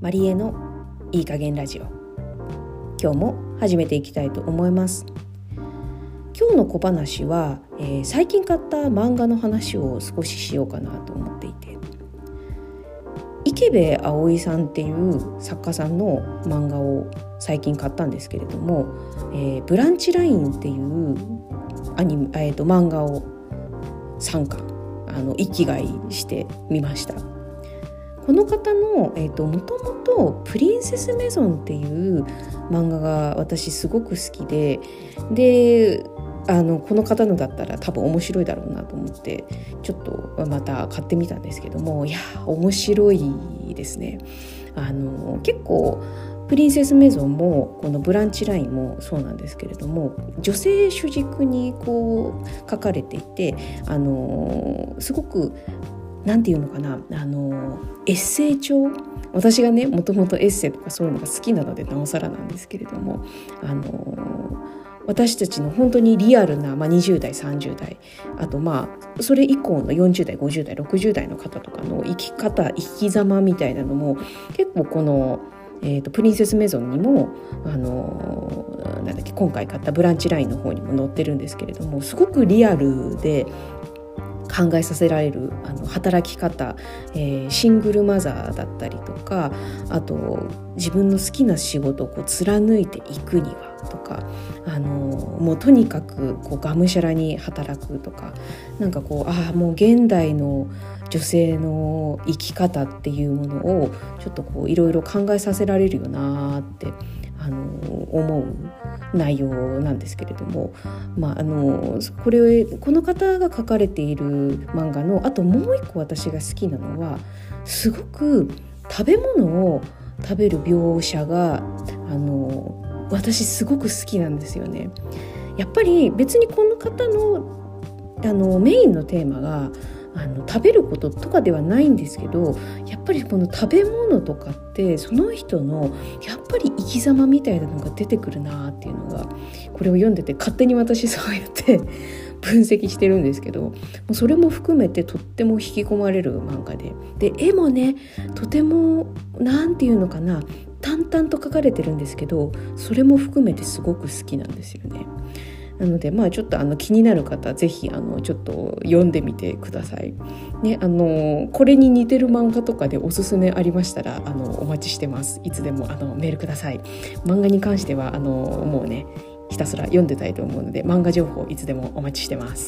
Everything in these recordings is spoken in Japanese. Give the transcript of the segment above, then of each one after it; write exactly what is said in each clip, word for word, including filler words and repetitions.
マリエのいい加減ラジオ、今日も始めていきたいと思います。今日の小話は、えー、最近買った漫画の話を少ししようかなと思っていて、池部葵さんっていう作家さんの漫画を最近買ったんですけれども、えー、ブランチラインっていうアニメ、えー、と漫画をさんかんあの一気買いしてみました。この方の、えーと、もともとプリンセスメゾンっていう漫画が私すごく好きで、であのこの方のだったら多分面白いだろうなと思ってちょっとまた買ってみたんですけども、いや面白いですね。あの結構プリンセスメゾンもこのブランチラインもそうなんですけれども、女性主軸にこう書かれていて、あのすごくなんていうのかな、あのエッセイ調、私がねもともとエッセイとかそういうのが好きなのでなおさらなんですけれども、あの私たちの本当にリアルな、まあ、にじゅう代さんじゅう代、あとまあそれ以降のよんじゅう代ごじゅう代ろくじゅう代の方とかの生き方生き様みたいなのも結構この、えーと、プリンセスメゾンにも、あのなんだっけ今回買ったブランチラインの方にも載ってるんですけれども、すごくリアルで考えさせられるあの働き方、えー、シングルマザーだったりとか、あと自分の好きな仕事をこう貫いていくにはとか、あのもうとにかくこうがむしゃらに働くとか、なんかこうああもう現代の女性の生き方っていうものをちょっとこういろいろ考えさせられるよなってあの思う内容なんですけれども、まあ、あのこれこの方が書かれている漫画のあともう一個私が好きなのは、すごく食べ物を食べる描写があの私すごく好きなんですよね。やっぱり別にこの方の、あのメインのテーマがあの食べることとかではないんですけど、やっぱりこの食べ物とかってその人のやっぱり生き様みたいなのが出てくるなっていうのが、これを読んでて勝手に私そうやって分析してるんですけど、それも含めてとっても引き込まれる漫画で、で絵もねとてもなんていうのかな、淡々と描かれてるんですけど、それも含めてすごく好きなんですよね。なのでまあちょっとあの気になる方ぜひあのちょっと読んでみてください、ね、あのこれに似てる漫画とかでおすすめありましたらあのお待ちしてます。いつでもあのメールください。漫画に関してはあのもうねひたすら読んでたいと思うので、漫画情報いつでもお待ちしてます。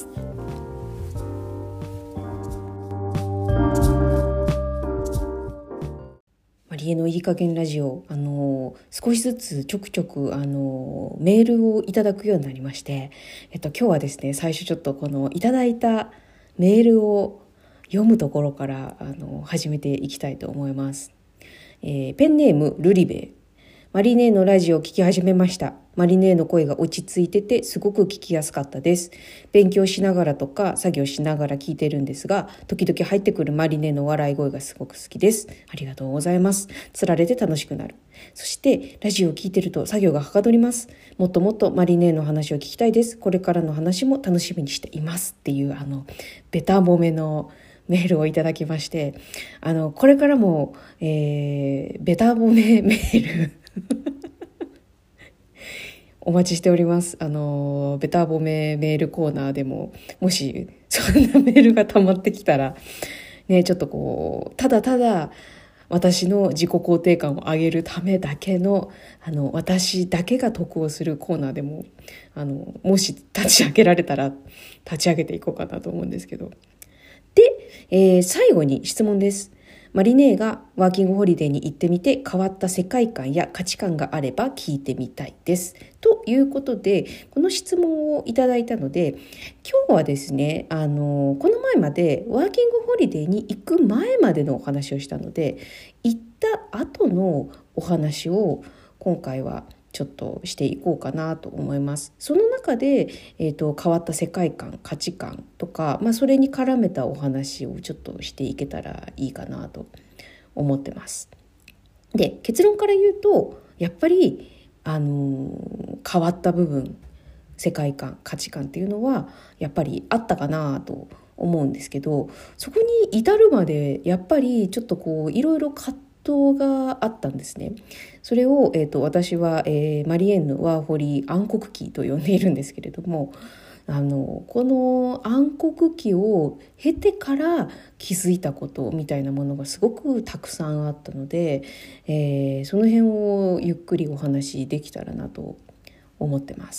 マリエのいい加減ラジオ、あの少しずつちょくちょくあのメールをいただくようになりまして、えっと、今日はですね最初ちょっとこのいただいたメールを読むところからあの始めていきたいと思います。えー、ペンネームルリベイ。マリネのラジオを聞き始めました。マリネの声が落ち着いててすごく聞きやすかったです。勉強しながらとか作業しながら聞いてるんですが、時々入ってくるマリネの笑い声がすごく好きです。ありがとうございます。つられて楽しくなる。そしてラジオを聞いてると作業がはかどります。もっともっとマリネの話を聞きたいです。これからの話も楽しみにしていますっていうあのベタ褒めのメールをいただきまして、あのこれからも、えー、ベタ褒めメールお待ちしております。あのベタ褒めメールコーナーでももしそんなメールが溜まってきたらね、ちょっとこうただただ私の自己肯定感を上げるためだけのあの私だけが得をするコーナーでもあのもし立ち上げられたら立ち上げていこうかなと思うんですけど、で、えー、最後に質問です。マリネがワーキングホリデーに行ってみて変わった世界観や価値観があれば聞いてみたいです。ということで、この質問をいただいたので、今日はですね、あのこの前までワーキングホリデーに行く前までのお話をしたので、行った後のお話を今回はちょっとしていこうかなと思います。その中で、えーと、変わった世界観、価値観とか、まあ、それに絡めたお話をちょっとしていけたらいいかなと思ってます。で、結論から言うとやっぱり、あのー、変わった部分、世界観、価値観っていうのはやっぱりあったかなと思うんですけど、そこに至るまでやっぱりちょっとこういろいろ葛藤があったんですね。それを、えーと、私は、えーマリエンヌ・ワーホリ暗黒期と呼んでいるんですけれども、あのこの暗黒期を経てから気づいたことみたいなものがすごくたくさんあったので、えーその辺をゆっくりお話できたらなと思ってます。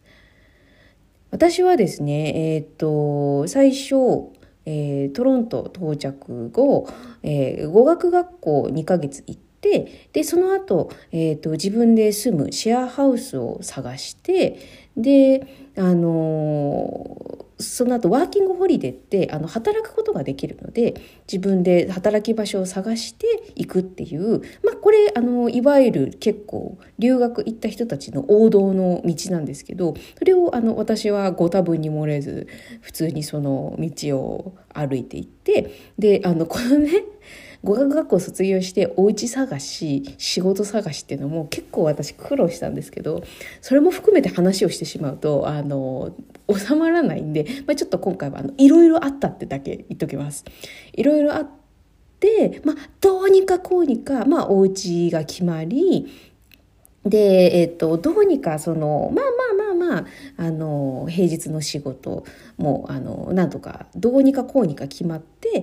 私はですね、えー、と最初、えートロント到着後、えー語学学校にかげつ行って、でその後、えー、と自分で住むシェアハウスを探して、で、あのーその後ワーキングホリデーってあの働くことができるので、自分で働き場所を探していくっていう、まあ、これあのいわゆる結構留学行った人たちの王道の道なんですけど、それをあの私はご多分に漏れず普通にその道を歩いていって、であのこのね語学学校を卒業してお家探し仕事探しっていうのも結構私苦労したんですけど、それも含めて話をしてしまうとあの収まらないんで、まあ、ちょっと今回はあのいろいろあったってだけ言っときます。いろいろあって、まあ、どうにかこうにか、まあ、お家が決まり、で、えっと、どうにかそのまあまあまあまああの平日の仕事もあのなんとかどうにかこうにか決まって、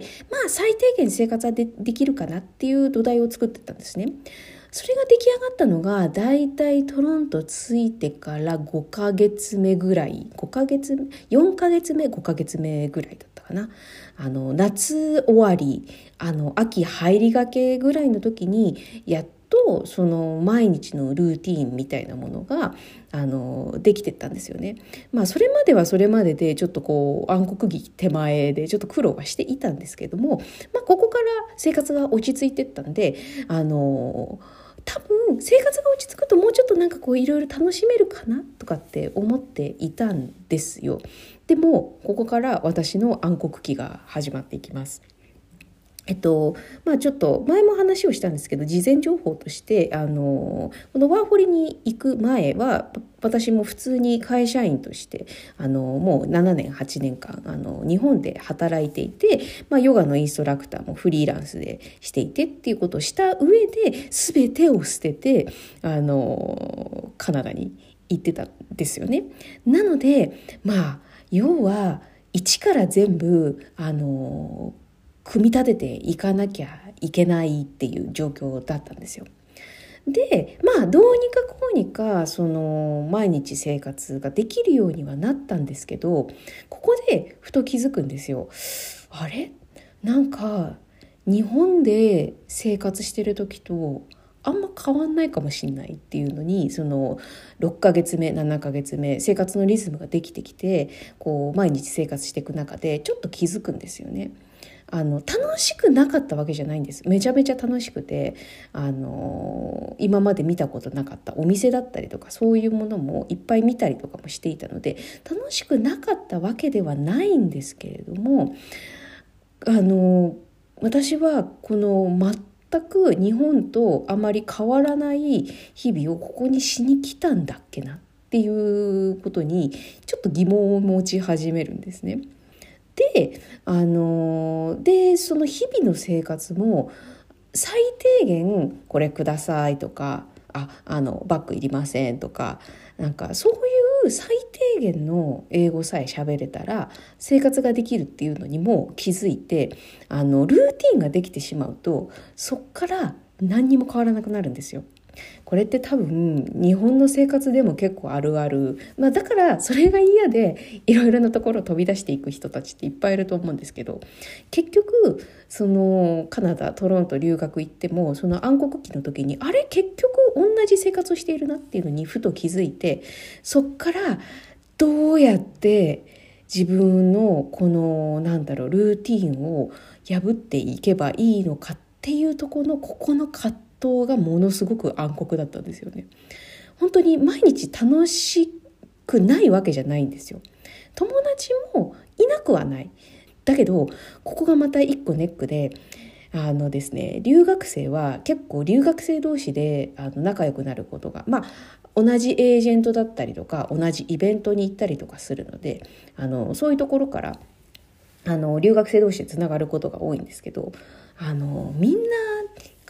まあ最低限生活は で, できるかなっていう土台を作ってたんですね。それが出来上がったのがだいたいトロント着いてからごかげつめぐらいごかげつよんかげつめごかげつめぐらいだったかな。あの夏終わりあの秋入りがけぐらいの時にやっとその毎日のルーティーンみたいなものがあのできてったんですよね。まあそれまではそれまででちょっとこう暗黒期手前でちょっと苦労はしていたんですけども、まあ、ここから生活が落ち着いてったんであの多分生活が落ち着くともうちょっとなんかこういろいろ楽しめるかなとかって思っていたんですよ。でもここから私の暗黒期が始まっていきます。えっとまあ、ちょっと前も話をしたんですけど、事前情報としてあのこのワーホリに行く前は私も普通に会社員としてあのもうななねんはちねんかんあの日本で働いていて、まあ、ヨガのインストラクターもフリーランスでしていてっていうことをした上で全てを捨ててあのカナダに行ってたんですよね。なのでまあ要は一から全部あの組み立てていかなきゃいけないっていう状況だったんですよ。でまあどうにかこうにかその毎日生活ができるようにはなったんですけど、ここでふと気づくんですよ。あれなんか日本で生活してる時とあんま変わんないかもしれないっていうのに、そのろっかげつめななかげつめ生活のリズムができてきてこう毎日生活していく中でちょっと気づくんですよね。あの楽しくなかったわけじゃないんです。めちゃめちゃ楽しくてあの今まで見たことなかったお店だったりとかそういうものもいっぱい見たりとかもしていたので楽しくなかったわけではないんですけれども、あの私はこの全く日本とあまり変わらない日々をここにしに来たんだっけなっていうことにちょっと疑問を持ち始めるんですね。で、あのでその日々の生活も最低限これくださいとか、ああのバッグいりませんとか、なんかそういう最低限の英語さえ喋れたら生活ができるっていうのにも気づいて、あのルーティンができてしまうとそっから何にも変わらなくなるんですよ。これって多分日本の生活でも結構あるある、まあ、だからそれが嫌でいろいろなところを飛び出していく人たちっていっぱいいると思うんですけど、結局そのカナダトロント留学行ってもその暗黒期の時にあれ結局同じ生活をしているなっていうのにふと気づいて、そっからどうやって自分のこのなんだろうルーティンを破っていけばいいのかっていうところのここの葛藤がものすごく暗黒だったんですよね。本当に毎日楽しくないわけじゃないんですよ。友達もいなくはない。だけどここがまた一個ネックで、あのですね、留学生は結構留学生同士であの仲良くなることが、まあ同じエージェントだったりとか同じイベントに行ったりとかするので、あのそういうところからあの留学生同士でつながることが多いんですけど、あのみんな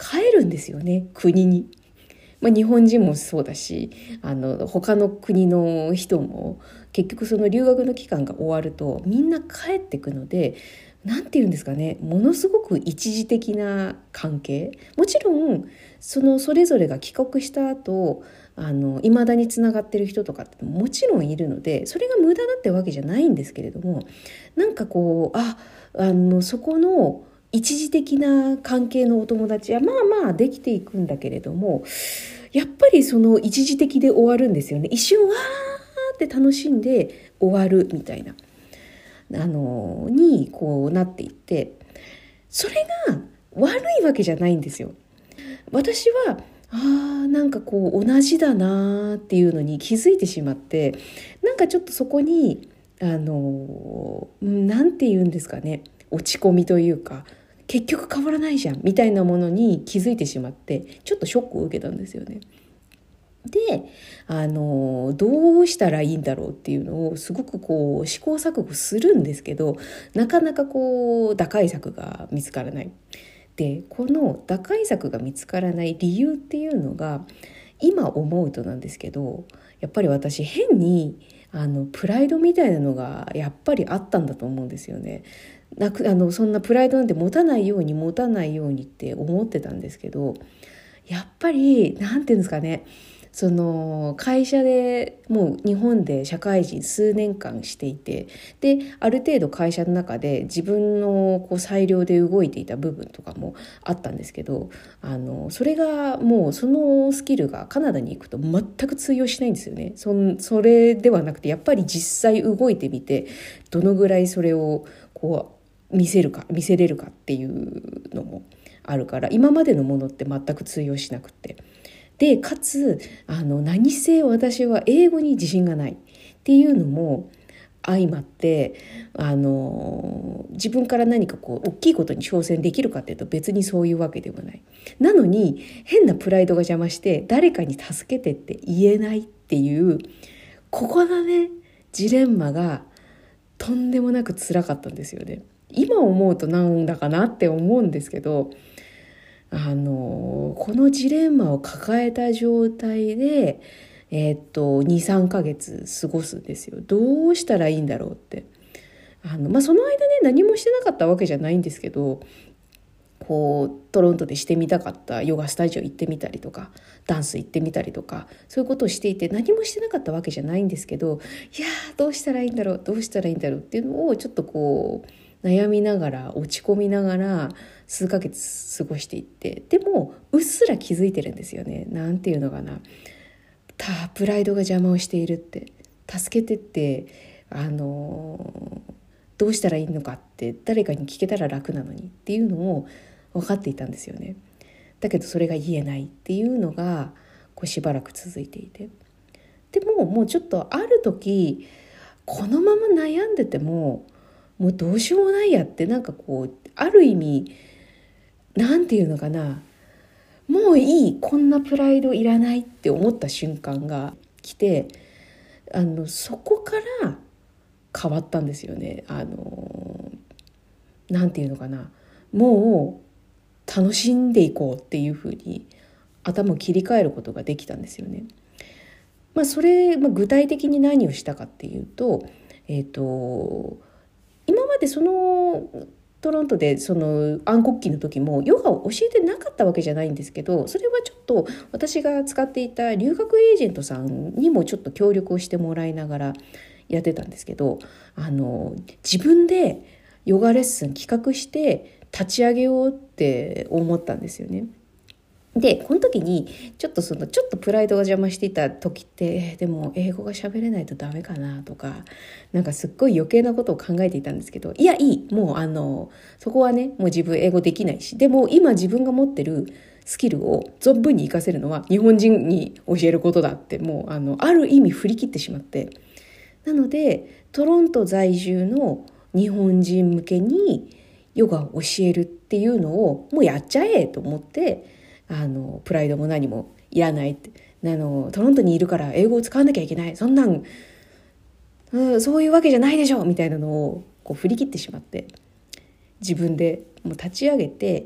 帰るんですよね、国に。まあ、日本人もそうだし、あの他の国の人も結局その留学の期間が終わるとみんな帰ってくので、なんていうんですかね、ものすごく一時的な関係。もちろんそのそれぞれが帰国した後、あの未だにつながってる人とかってもちろんいるので、それが無駄だってわけじゃないんですけれども、なんかこうああのそこの一時的な関係のお友達はまあまあできていくんだけれども、やっぱりその一時的で終わるんですよね。一瞬わーって楽しんで終わるみたいなあのにこうなっていって、それが悪いわけじゃないんですよ。私はあーなんかこう同じだなっていうのに気づいてしまって、なんかちょっとそこにあのなんて言うんですかね、落ち込みというか、結局変わらないじゃんみたいなものに気づいてしまって、ちょっとショックを受けたんですよね。で、あのどうしたらいいんだろうっていうのをすごくこう試行錯誤するんですけど、なかなかこう打開策が見つからない。で、この打開策が見つからない理由っていうのが、今思うとなんですけど、やっぱり私変にあのプライドみたいなのがやっぱりあったんだと思うんですよね。なくあのそんなプライドなんて持たないように持たないようにって思ってたんですけど、やっぱりなんていうんですかね、その会社でもう日本で社会人数年間していて、である程度会社の中で自分のこう裁量で動いていた部分とかもあったんですけど、あのそれがもうそのスキルがカナダに行くと全く通用しないんですよね。そそれではなくて、やっぱり実際動いてみてどのぐらいそれをこう見せるか見せれるかっていうのもあるから、今までのものって全く通用しなくて、でかつあの何せ私は英語に自信がないっていうのも相まって、あの自分から何かこう大きいことに挑戦できるかっていうと別にそういうわけではない。なのに変なプライドが邪魔して誰かに助けてって言えないっていう、ここのねジレンマがとんでもなく辛かったんですよね。今思うとなんだかなって思うんですけど、あのこのジレンマを抱えた状態で、えー、っとにさんかげつ過ごすんですよ。どうしたらいいんだろうって。あの、まあ、その間ね何もしてなかったわけじゃないんですけど、こうトロントでしてみたかったヨガスタジオ行ってみたりとか、ダンス行ってみたりとか、そういうことをしていて何もしてなかったわけじゃないんですけど、いやーどうしたらいいんだろうどうしたらいいんだろうっていうのをちょっとこう悩みながら落ち込みながら数ヶ月過ごしていって、でもうっすら気づいてるんですよね。なんていうのかな、たプライドが邪魔をしているって、助けてってあのどうしたらいいのかって誰かに聞けたら楽なのにっていうのを分かっていたんですよね。だけどそれが言えないっていうのがこうしばらく続いていて、でももうちょっとある時このまま悩んでてももうどうしようもないやって、なんかこうある意味なんていうのかな、もういいこんなプライドいらないって思った瞬間が来て、あのそこから変わったんですよね。あのなんていうのかな、もう楽しんでいこうっていう風に頭を切り替えることができたんですよね。まあ、それ、まあ、具体的に何をしたかっていうと、えっと今までそのトロントでその暗黒期の時もヨガを教えてなかったわけじゃないんですけど、それはちょっと私が使っていた留学エージェントさんにもちょっと協力をしてもらいながらやってたんですけど、あの自分でヨガレッスン企画して立ち上げようって思ったんですよね。でこの時にちょっとそのちょっとプライドが邪魔していた時って、えー、でも英語が喋れないとダメかなとか、なんかすっごい余計なことを考えていたんですけど、いやいい、もうあのそこはねもう自分英語できないし、でも今自分が持ってるスキルを存分に活かせるのは日本人に教えることだって、もうあのある意味振り切ってしまって、なのでトロント在住の日本人向けにヨガを教えるっていうのをもうやっちゃえと思って、あのプライドも何もいらないって、あのトロントにいるから英語を使わなきゃいけない、そんなん、うん、そういうわけじゃないでしょみたいなのをこう振り切ってしまって、自分でもう立ち上げて、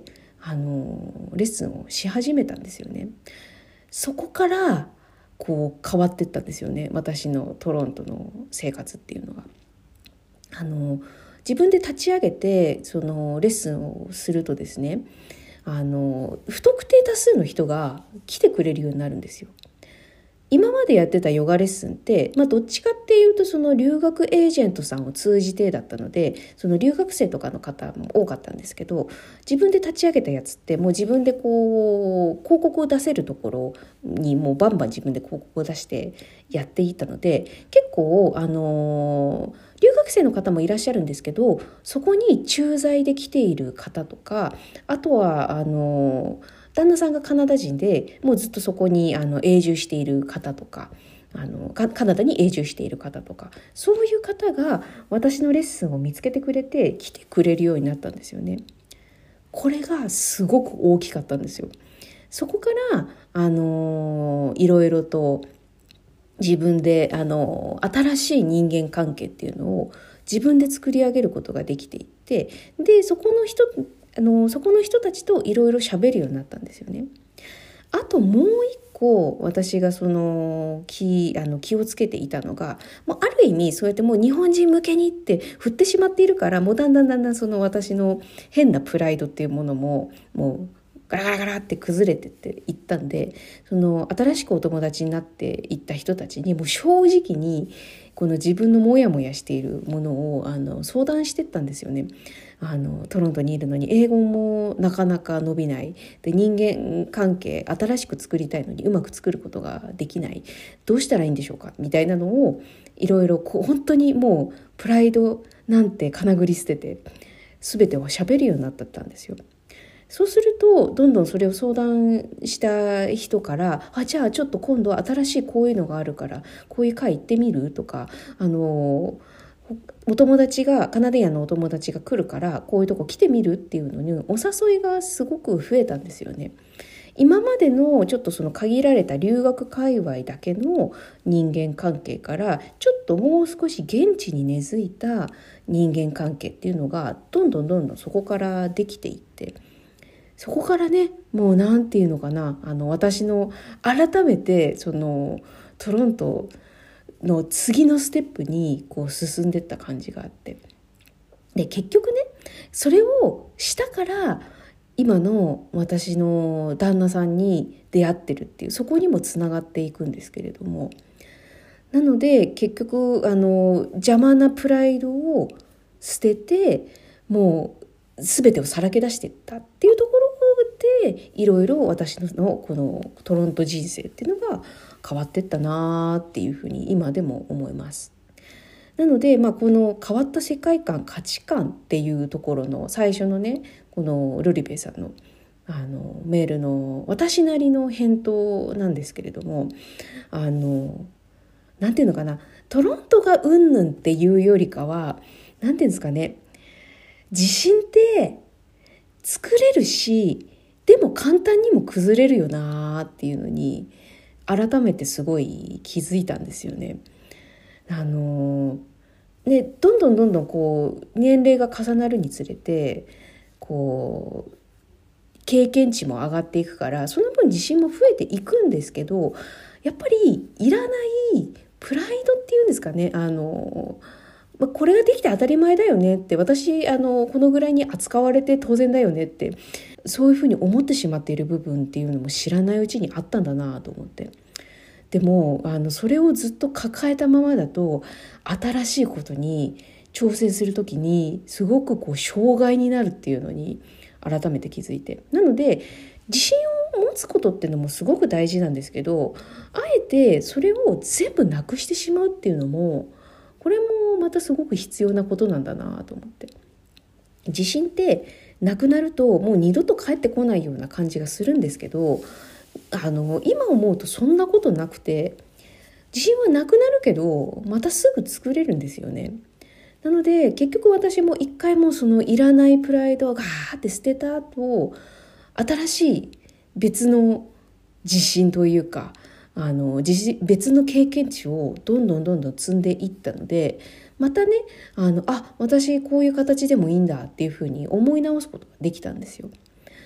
あのレッスンをし始めたんですよね。そこからこう変わっていったんですよね、私のトロントの生活っていうのが。あの自分で立ち上げてそのレッスンをするとですね、あの不特定多数の人が来てくれるようになるんですよ。今までやってたヨガレッスンって、まあ、どっちかっていうとその留学エージェントさんを通じてだったので、その留学生とかの方も多かったんですけど、自分で立ち上げたやつってもう自分でこう広告を出せるところにもうバンバン自分で広告を出してやっていったので、結構あの留学生の方もいらっしゃるんですけど、そこに駐在で来ている方とか、あとはあの旦那さんがカナダ人でもうずっとそこにあの永住している方とか、あのカナダに永住している方とか、そういう方が私のレッスンを見つけてくれて来てくれるようになったんですよね。これがすごく大きかったんですよ。そこからあのいろいろと自分であの新しい人間関係っていうのを自分で作り上げることができていって、でそこの人あのそこの人たちといろいろ喋るようになったんですよね。あともう一個私がその 気, あの気をつけていたのが、もうある意味そうやってもう日本人向けにって振ってしまっているから、もうだんだんだんだんその私の変なプライドっていうものももうガラガラガラって崩れてっていったんで、その新しくお友達になっていった人たちにもう正直にこの自分のモヤモヤしているものをあの相談してったんですよね。あのトロントにいるのに英語もなかなか伸びない、で人間関係新しく作りたいのにうまく作ることができない、どうしたらいいんでしょうかみたいなのをいろいろこう本当にもうプライドなんてかなぐり捨てて全てを喋るようになったんですよ。そうするとどんどんそれを相談した人から、あじゃあちょっと今度は新しいこういうのがあるからこういう会行ってみるとか、あのお友達がカナディアンのお友達が来るからこういうとこ来てみるっていうのにお誘いがすごく増えたんですよね。今までのちょっとその限られた留学界隈だけの人間関係からちょっともう少し現地に根付いた人間関係っていうのがどんどんどんどんそこからできていって、そこからねもうなんていうのかな、あの私の改めてそのトロントの次のステップにこう進んでいった感じがあって、で結局ねそれをしたから今の私の旦那さんに出会ってるっていう、そこにもつながっていくんですけれども、なので結局あの邪魔なプライドを捨ててもう全てをさらけ出していったっていうところで、いろいろ私のこのトロント人生っていうのが変わっていったなっていうふうに今でも思います。なので、まあ、この変わった世界観価値観っていうところの最初のねこのルリベさんのあのメールの私なりの返答なんですけれども、あのなんていうのかな、トロントがうんぬんっていうよりかはなんていうんですかね、自信って作れるしでも簡単にも崩れるよなっていうのに改めてすごい気づいたんですよね。あのね、どんどんどんどんこう年齢が重なるにつれてこう経験値も上がっていくから、その分自信も増えていくんですけど、やっぱりいらないプライドっていうんですかね、あのこれができて当たり前だよねって、私あのこのぐらいに扱われて当然だよねって、そういうふうに思ってしまっている部分っていうのも知らないうちにあったんだなと思って、でもあのそれをずっと抱えたままだと新しいことに挑戦するときにすごくこう障害になるっていうのに改めて気づいて、なので自信を持つことっていうのもすごく大事なんですけど、あえてそれを全部なくしてしまうっていうのもこれもまたすごく必要なことなんだなと思って、自信ってなくなるともう二度と帰ってこないような感じがするんですけど、あの今思うとそんなことなくて、自信はなくなるけどまたすぐ作れるんですよね。なので結局私も一回もそのいらないプライドをガーって捨てた後、新しい別の自信というかあの別の経験値をどんどんどんどん積んでいったので、またねあのあ私こういう形でもいいんだっていうふうに思い直すことができたんですよ。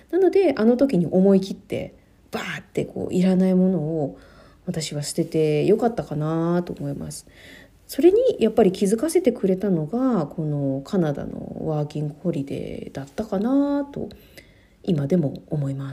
なのであの時に思い切ってバーってこういらないものを私は捨ててよかったかなと思います。それにやっぱり気づかせてくれたのがこのカナダのワーキングホリデーだったかなと今でも思います。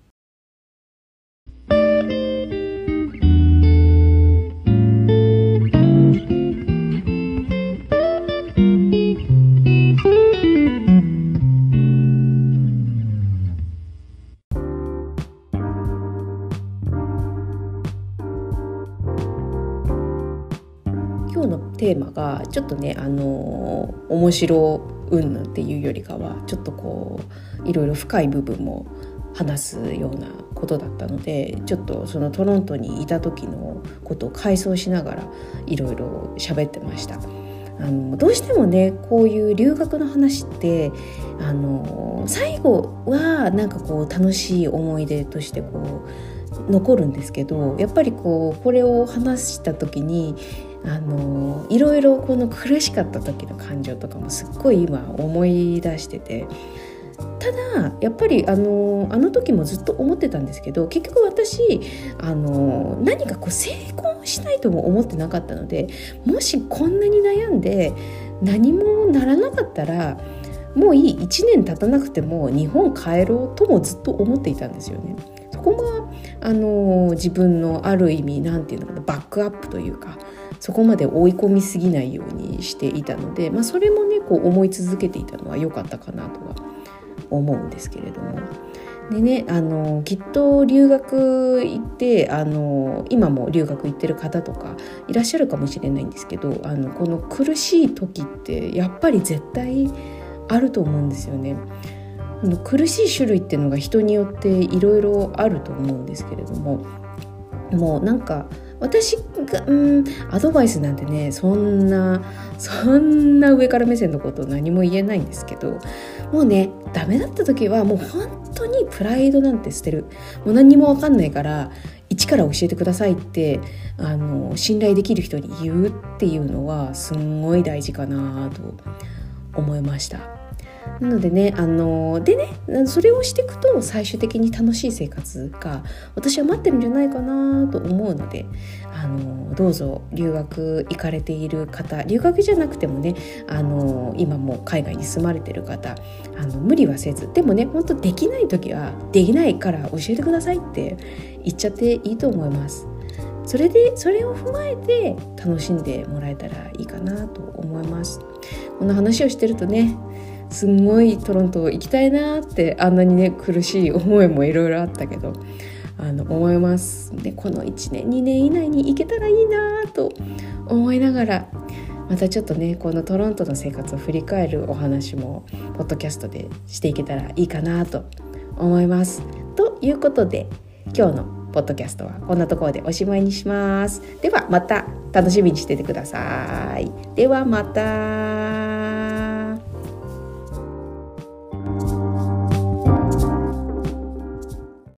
今日のテーマがちょっとねあの面白云々っていうよりかはちょっとこういろいろ深い部分も話すようなことだったので、ちょっとそのトロントにいた時のことを回想しながらいろいろ喋ってました。あのどうしてもねこういう留学の話ってあの最後はなんかこう楽しい思い出としてこう残るんですけど、やっぱりこうこれを話した時にあのいろいろこの苦しかった時の感情とかもすっごい今思い出してて、ただやっぱりあのあの時もずっと思ってたんですけど、結局私あの何かこう成功したいとも思ってなかったので、もしこんなに悩んで何もならなかったらもういい、いちねん経たなくても日本帰ろうともずっと思っていたんですよね。そこがあの自分のある意味なんていうのかな、バックアップというか、そこまで追い込みすぎないようにしていたので、まあ、それもねこう思い続けていたのは良かったかなとは思うんですけれども。でね、あのきっと留学行ってあの今も留学行ってる方とかいらっしゃるかもしれないんですけど、あのこの苦しい時ってやっぱり絶対あると思うんですよね。あの苦しい種類っていうのが人によっていろいろあると思うんですけれども、もうなんか私がうんアドバイスなんてねそんなそんな上から目線のこと何も言えないんですけど、もうねダメだった時はもう本当にプライドなんて捨てる。もう何にも分かんないから一から教えてくださいってあの信頼できる人に言うっていうのはすんごい大事かなと思いました。なのでね、あのでねそれをしていくと最終的に楽しい生活が私は待ってるんじゃないかなと思うので、あのどうぞ留学行かれている方、留学じゃなくてもねあの今も海外に住まれてる方、あの無理はせず、でもね本当できない時はできないから教えてくださいって言っちゃっていいと思います。それでそれを踏まえて楽しんでもらえたらいいかなと思います。この話をしてるとねすんごいトロント行きたいなって、あんなにね苦しい思いもいろいろあったけどあの思います。でこのいちねんにねん以内に行けたらいいなと思いながら、またちょっとねこのトロントの生活を振り返るお話もポッドキャストでしていけたらいいかなと思います。ということで今日のポッドキャストはこんなところでおしまいにします。ではまた楽しみにしててください。ではまた。